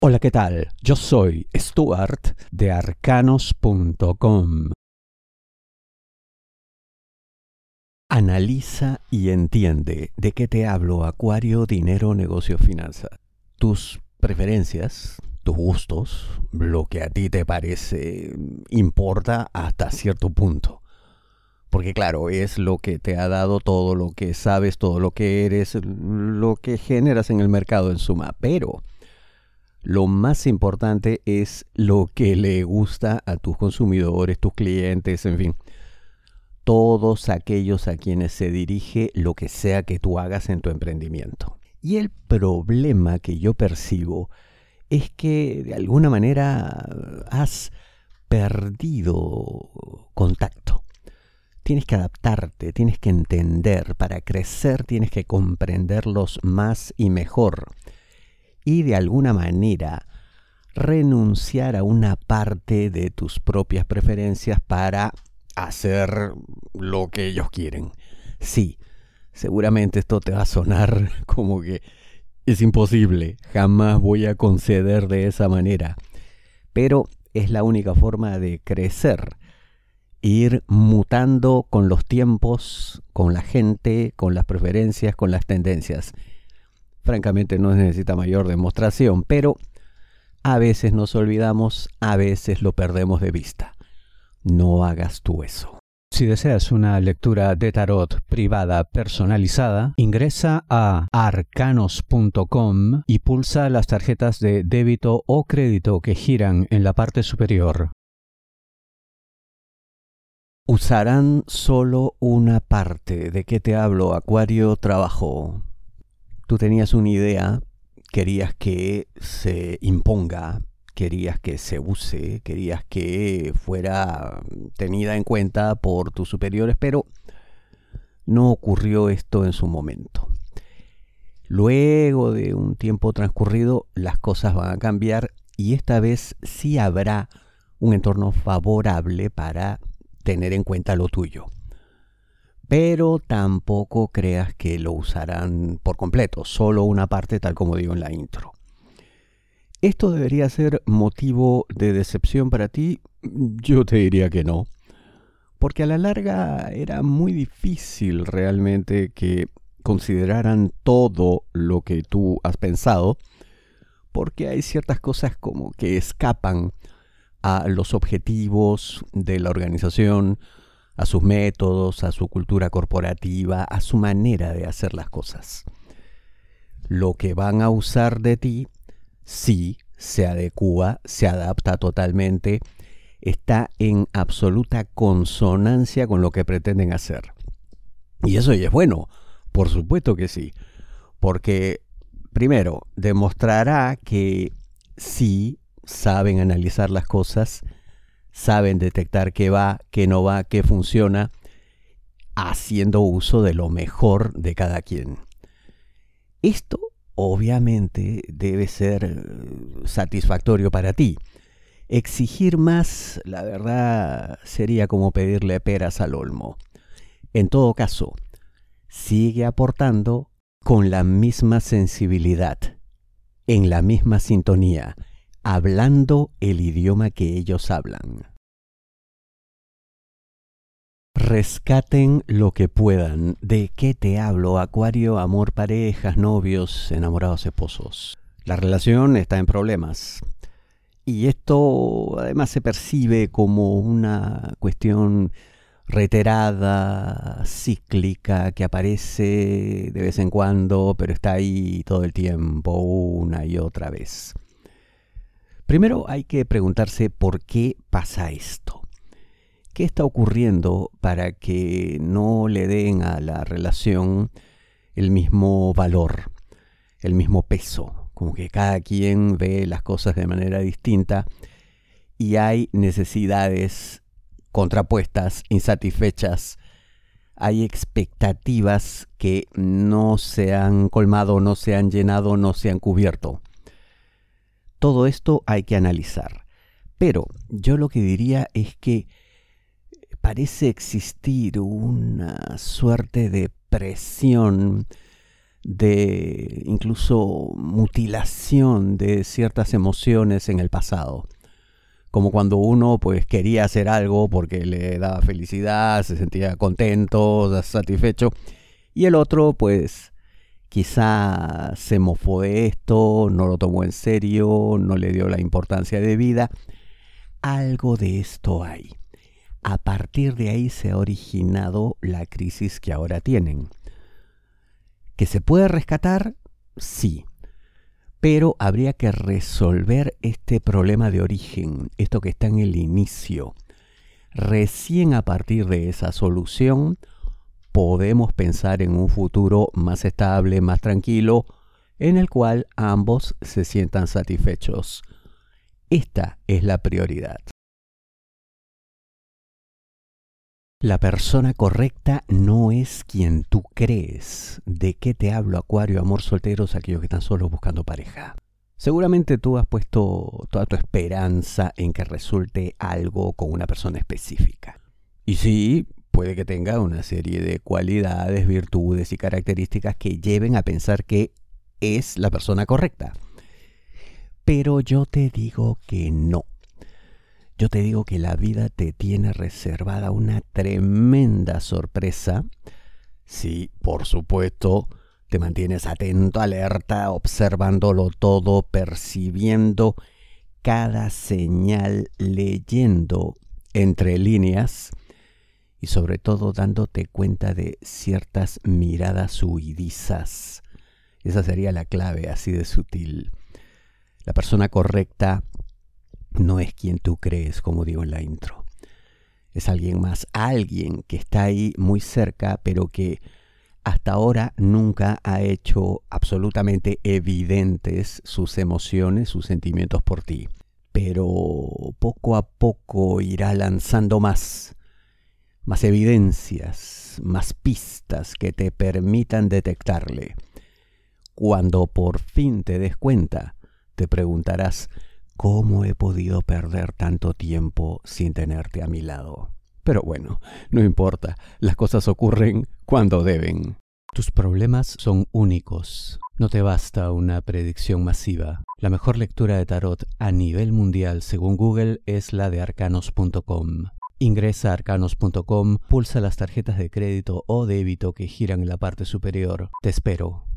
Hola, ¿qué tal? Yo soy Stuart de arcanos.com. Analiza y entiende de qué te hablo, Acuario, dinero, negocio, finanzas. Tus preferencias, tus gustos, lo que a ti te parece importa hasta cierto punto. Porque claro, es lo que te ha dado todo lo que sabes, todo lo que eres, lo que generas en el mercado en suma. Pero lo más importante es lo que le gusta a tus consumidores, tus clientes, en fin, todos aquellos a quienes se dirige lo que sea que tú hagas en tu emprendimiento. Y el problema que yo percibo es que de alguna manera has perdido contacto. Tienes que adaptarte, tienes que entender. Para crecer tienes que comprenderlos más y mejor. Y de alguna manera renunciar a una parte de tus propias preferencias para hacer lo que ellos quieren. Sí, seguramente esto te va a sonar como que es imposible, jamás voy a conceder de esa manera, pero es la única forma de crecer, ir mutando con los tiempos, con la gente, con las preferencias, con las tendencias. Francamente no necesita mayor demostración, pero a veces nos olvidamos, a veces lo perdemos de vista. No hagas tú eso. Si deseas una lectura de tarot privada personalizada, ingresa a arcanos.com y pulsa las tarjetas de débito o crédito que giran en la parte superior. Usarán solo una parte. ¿De qué te hablo, Acuario? Trabajo. Tú tenías una idea, querías que se imponga, querías que se use, querías que fuera tenida en cuenta por tus superiores, pero no ocurrió esto en su momento. Luego de un tiempo transcurrido, las cosas van a cambiar y esta vez sí habrá un entorno favorable para tener en cuenta lo tuyo. Pero tampoco creas que lo usarán por completo, solo una parte, tal como digo en la intro. ¿Esto debería ser motivo de decepción para ti? Yo te diría que no, porque a la larga era muy difícil realmente que consideraran todo lo que tú has pensado, porque hay ciertas cosas como que escapan a los objetivos de la organización, a sus métodos, a su cultura corporativa, a su manera de hacer las cosas. Lo que van a usar de ti, sí, se adecúa, se adapta totalmente, está en absoluta consonancia con lo que pretenden hacer. Y eso ya es bueno, por supuesto que sí, porque primero demostrará que sí saben analizar las cosas, saben detectar qué va, qué no va, qué funciona, haciendo uso de lo mejor de cada quien. Esto obviamente debe ser satisfactorio para ti. Exigir más, la verdad, sería como pedirle peras al olmo. En todo caso, sigue aportando con la misma sensibilidad, en la misma sintonía, hablando el idioma que ellos hablan. Rescaten lo que puedan. ¿De qué te hablo, Acuario? Amor, parejas, novios, enamorados, esposos. La relación está en problemas. Y esto además se percibe como una cuestión reiterada, cíclica, que aparece de vez en cuando, pero está ahí todo el tiempo, una y otra vez. Primero hay que preguntarse por qué pasa esto. ¿Qué está ocurriendo para que no le den a la relación el mismo valor, el mismo peso? Como que cada quien ve las cosas de manera distinta y hay necesidades contrapuestas, insatisfechas. Hay expectativas que no se han colmado, no se han llenado, no se han cubierto. Todo esto hay que analizar. Pero yo lo que diría es que parece existir una suerte de presión de incluso mutilación de ciertas emociones en el pasado. Como cuando uno pues quería hacer algo porque le daba felicidad, se sentía contento, satisfecho, y el otro pues quizá se mofó de esto, no lo tomó en serio, no le dio la importancia debida. Algo de esto hay. A partir de ahí se ha originado la crisis que ahora tienen. ¿Que se puede rescatar? Sí. Pero habría que resolver este problema de origen, esto que está en el inicio. Recién a partir de esa solución podemos pensar en un futuro más estable, más tranquilo, en el cual ambos se sientan satisfechos. Esta es la prioridad. La persona correcta no es quien tú crees. ¿De qué te hablo, Acuario, amor, solteros, aquellos que están solos buscando pareja? Seguramente tú has puesto toda tu esperanza en que resulte algo con una persona específica. Y sí, puede que tenga una serie de cualidades, virtudes y características que lleven a pensar que es la persona correcta. Pero yo te digo que no. Yo te digo que la vida te tiene reservada una tremenda sorpresa. Sí, por supuesto, te mantienes atento, alerta, observándolo todo, percibiendo cada señal, leyendo entre líneas y sobre todo dándote cuenta de ciertas miradas huidizas. Esa sería la clave, así de sutil. La persona correcta no es quien tú crees, como digo en la intro. Es alguien más, alguien que está ahí muy cerca, pero que hasta ahora nunca ha hecho absolutamente evidentes sus emociones, sus sentimientos por ti. Pero poco a poco irá lanzando más evidencias, más pistas que te permitan detectarle. Cuando por fin te des cuenta, te preguntarás: ¿cómo he podido perder tanto tiempo sin tenerte a mi lado? Pero bueno, no importa, las cosas ocurren cuando deben. Tus problemas son únicos. No te basta una predicción masiva. La mejor lectura de tarot a nivel mundial, según Google, es la de arcanos.com. Ingresa a arcanos.com, pulsa las tarjetas de crédito o débito que giran en la parte superior. Te espero.